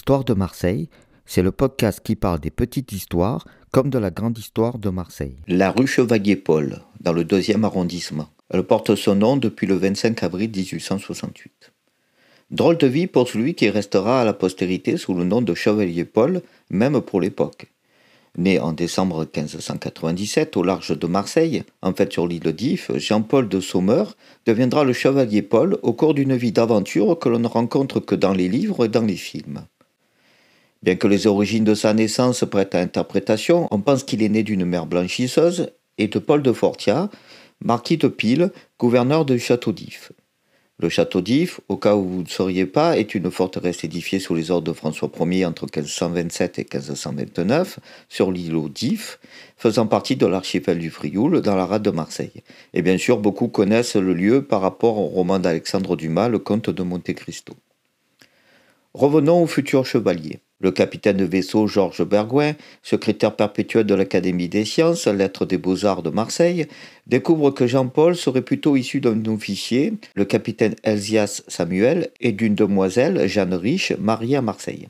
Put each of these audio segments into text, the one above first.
Histoire de Marseille, c'est le podcast qui parle des petites histoires comme de la grande histoire de Marseille. La rue Chevalier-Paul, dans le 2e arrondissement. Elle porte son nom depuis le 25 avril 1868. Drôle de vie pour celui qui restera à la postérité sous le nom de Chevalier-Paul, même pour l'époque. Né en décembre 1597 au large de Marseille, en fait sur l'île d'If, Jean-Paul de Saumeur deviendra le Chevalier Paul au cours d'une vie d'aventure que l'on ne rencontre que dans les livres et dans les films. Bien que les origines de sa naissance prêtent à interprétation, on pense qu'il est né d'une mère blanchisseuse et de Paul de Fortiat, marquis de Pile, gouverneur du château d'If. Le château d'If, au cas où vous ne sauriez pas, est une forteresse édifiée sous les ordres de François Ier entre 1527 et 1529 sur l'îlot d'If, faisant partie de l'archipel du Frioul dans la rade de Marseille. Et bien sûr, beaucoup connaissent le lieu par rapport au roman d'Alexandre Dumas, Le Comte de Monte Cristo. Revenons au futur chevalier. Le capitaine de vaisseau Georges Bergouin, secrétaire perpétuel de l'Académie des sciences, lettres des beaux-arts de Marseille, découvre que Jean-Paul serait plutôt issu d'un officier, le capitaine Elzias Samuel, et d'une demoiselle, Jeanne Riche, mariée à Marseille.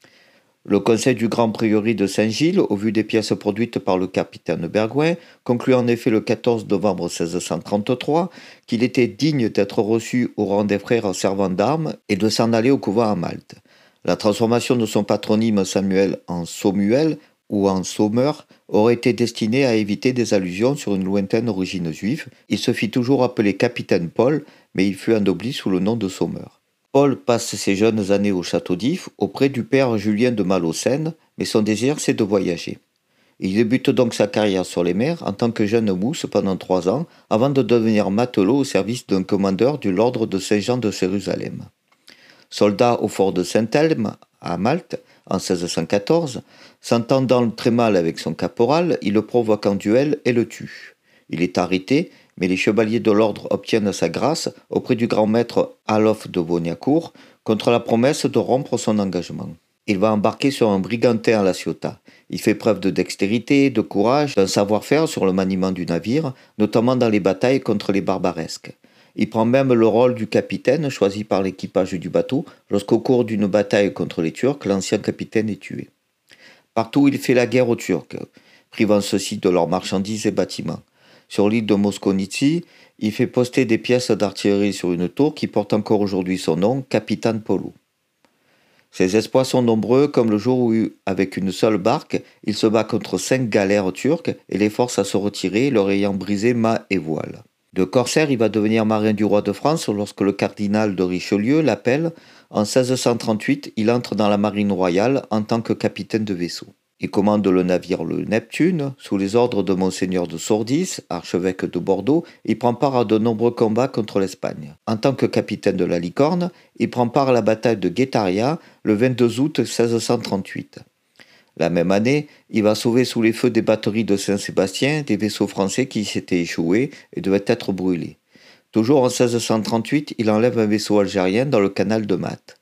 Le conseil du Grand Prieuré de Saint-Gilles, au vu des pièces produites par le capitaine Bergouin, conclut en effet le 14 novembre 1633 qu'il était digne d'être reçu au rang des frères servants d'armes et de s'en aller au couvent à Malte. La transformation de son patronyme Samuel en Saumuel ou en Saumeur aurait été destinée à éviter des allusions sur une lointaine origine juive. Il se fit toujours appeler capitaine Paul, mais il fut ennobli sous le nom de Saumeur. Paul passe ses jeunes années au château d'If auprès du père Julien de Malaucène, mais son désir c'est de voyager. Il débute donc sa carrière sur les mers en tant que jeune mousse pendant 3 ans, avant de devenir matelot au service d'un commandeur de l'ordre de Saint-Jean de Jérusalem. Soldat au fort de Saint-Elme, à Malte, en 1614, s'entendant très mal avec son caporal, il le provoque en duel et le tue. Il est arrêté, mais les chevaliers de l'ordre obtiennent sa grâce auprès du grand maître Alof de Baugnacourt contre la promesse de rompre son engagement. Il va embarquer sur un brigantin à La Ciotat. Il fait preuve de dextérité, de courage, d'un savoir-faire sur le maniement du navire, notamment dans les batailles contre les barbaresques. Il prend même le rôle du capitaine choisi par l'équipage du bateau lorsqu'au cours d'une bataille contre les Turcs, l'ancien capitaine est tué. Partout, il fait la guerre aux Turcs, privant ceux-ci de leurs marchandises et bâtiments. Sur l'île de Moscovici, il fait poster des pièces d'artillerie sur une tour qui porte encore aujourd'hui son nom, Capitaine Polo. Ses exploits sont nombreux, comme le jour où, avec une seule barque, il se bat contre 5 galères turques et les force à se retirer, leur ayant brisé mât et voile. De corsaire, il va devenir marin du roi de France lorsque le cardinal de Richelieu l'appelle. En 1638, il entre dans la marine royale en tant que capitaine de vaisseau. Il commande le navire le Neptune, sous les ordres de Monseigneur de Sourdis, archevêque de Bordeaux. Il prend part à de nombreux combats contre l'Espagne. En tant que capitaine de la Licorne, il prend part à la bataille de Guétaria le 22 août 1638. La même année, il va sauver sous les feux des batteries de Saint-Sébastien des vaisseaux français qui s'étaient échoués et devaient être brûlés. Toujours en 1638, il enlève un vaisseau algérien dans le canal de Malte.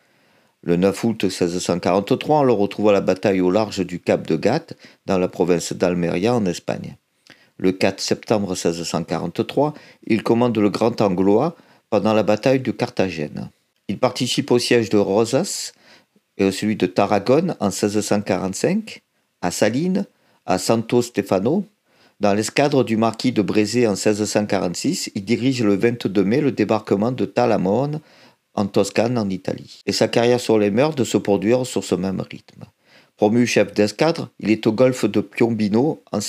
Le 9 août 1643, on le retrouve à la bataille au large du cap de Gate, dans la province d'Almeria en Espagne. Le 4 septembre 1643, il commande le Grand Anglois pendant la bataille de Carthagène. Il participe au siège de Rosas, et celui de Tarragone en 1645, à Salines, à Santo Stefano. Dans l'escadre du marquis de Brézé en 1646, il dirige le 22 mai le débarquement de Talamone en Toscane en Italie. Et sa carrière sur les mers de se produire sur ce même rythme. Promu chef d'escadre, il est au golfe de Piombino en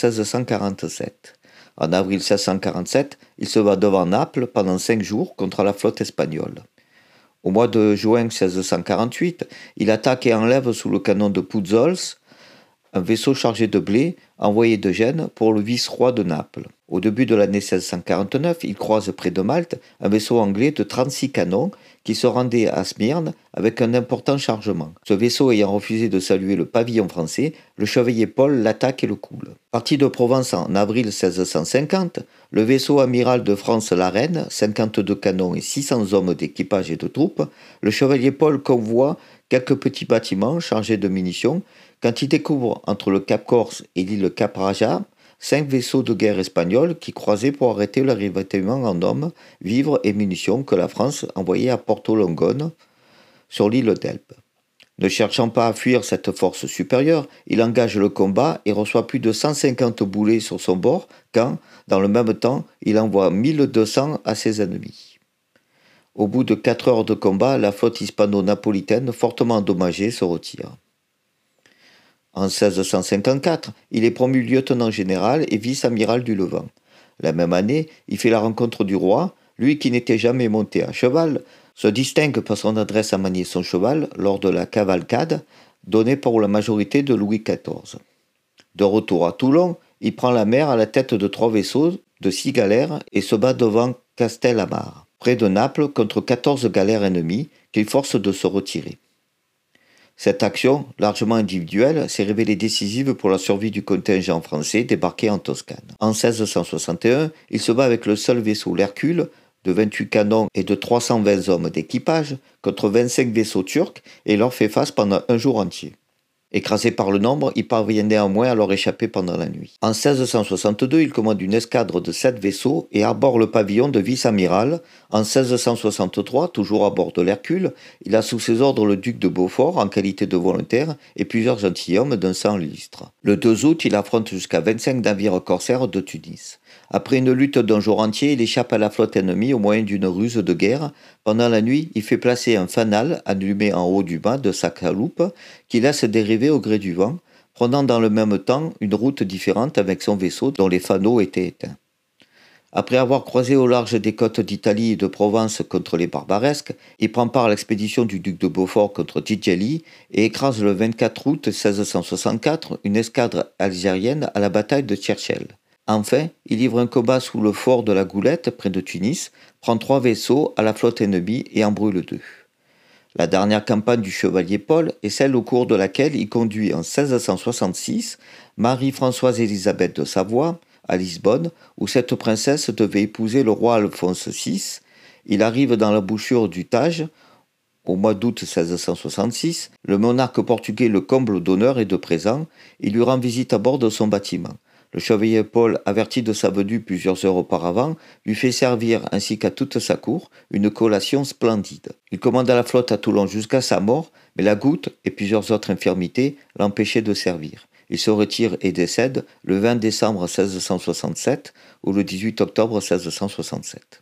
1647. En avril 1647, il se bat devant Naples pendant 5 jours contre la flotte espagnole. Au mois de juin 1648, il attaque et enlève sous le canon de Puzols un vaisseau chargé de blé envoyé de Gênes pour le vice-roi de Naples. Au début de l'année 1649, il croise près de Malte un vaisseau anglais de 36 canons qui se rendait à Smyrne avec un important chargement. Ce vaisseau ayant refusé de saluer le pavillon français, le chevalier Paul l'attaque et le coule. Parti de Provence en avril 1650, le vaisseau amiral de France La Reine, 52 canons et 600 hommes d'équipage et de troupes, le chevalier Paul convoie quelques petits bâtiments chargés de munitions quand il découvre entre le Cap Corse et l'île Cap Raja 5 vaisseaux de guerre espagnols qui croisaient pour arrêter le ravitaillement en hommes, vivres et munitions que la France envoyait à Porto Longone, sur l'île d'Elbe. Ne cherchant pas à fuir cette force supérieure, il engage le combat et reçoit plus de 150 boulets sur son bord quand, dans le même temps, il envoie 1200 à ses ennemis. Au bout de 4 heures de combat, la flotte hispano-napolitaine, fortement endommagée, se retire. En 1654, il est promu lieutenant général et vice-amiral du Levant. La même année, il fait la rencontre du roi. Lui qui n'était jamais monté à cheval, se distingue par son adresse à manier son cheval lors de la cavalcade donnée pour la majorité de Louis XIV. De retour à Toulon, il prend la mer à la tête de 3 vaisseaux de 6 galères et se bat devant Castellamare, près de Naples, contre 14 galères ennemies qu'il force de se retirer. Cette action, largement individuelle, s'est révélée décisive pour la survie du contingent français débarqué en Toscane. En 1661, il se bat avec le seul vaisseau l'Hercule, de 28 canons et de 320 hommes d'équipage, contre 25 vaisseaux turcs et leur fait face pendant un jour entier. Écrasé par le nombre, il parvient néanmoins à leur échapper pendant la nuit. En 1662, il commande une escadre de 7 vaisseaux et arbore le pavillon de vice-amiral. En 1663, toujours à bord de l'Hercule, il a sous ses ordres le duc de Beaufort en qualité de volontaire et plusieurs gentilshommes d'un sang illustre. Le 2 août, il affronte jusqu'à 25 navires corsaires de Tunis. Après une lutte d'un jour entier, il échappe à la flotte ennemie au moyen d'une ruse de guerre. Pendant la nuit, il fait placer un fanal allumé en haut du mât de sa chaloupe qui laisse dériver au gré du vent, prenant dans le même temps une route différente avec son vaisseau dont les fanaux étaient éteints. Après avoir croisé au large des côtes d'Italie et de Provence contre les Barbaresques, il prend part à l'expédition du duc de Beaufort contre Tigeli et écrase le 24 août 1664 une escadre algérienne à la bataille de Tcherchel. Enfin, il livre un combat sous le fort de la Goulette, près de Tunis, prend 3 vaisseaux à la flotte ennemie et en brûle 2. La dernière campagne du chevalier Paul est celle au cours de laquelle il conduit en 1666 Marie-Françoise Élisabeth de Savoie à Lisbonne, où cette princesse devait épouser le roi Alphonse VI. Il arrive dans l'embouchure du Tage. Au mois d'août 1666, le monarque portugais le comble d'honneur et de présents. Il lui rend visite à bord de son bâtiment. Le chevalier Paul, averti de sa venue plusieurs heures auparavant, lui fait servir, ainsi qu'à toute sa cour, une collation splendide. Il commande à la flotte à Toulon jusqu'à sa mort, mais la goutte et plusieurs autres infirmités l'empêchaient de servir. Il se retire et décède le 20 décembre 1667 ou le 18 octobre 1667.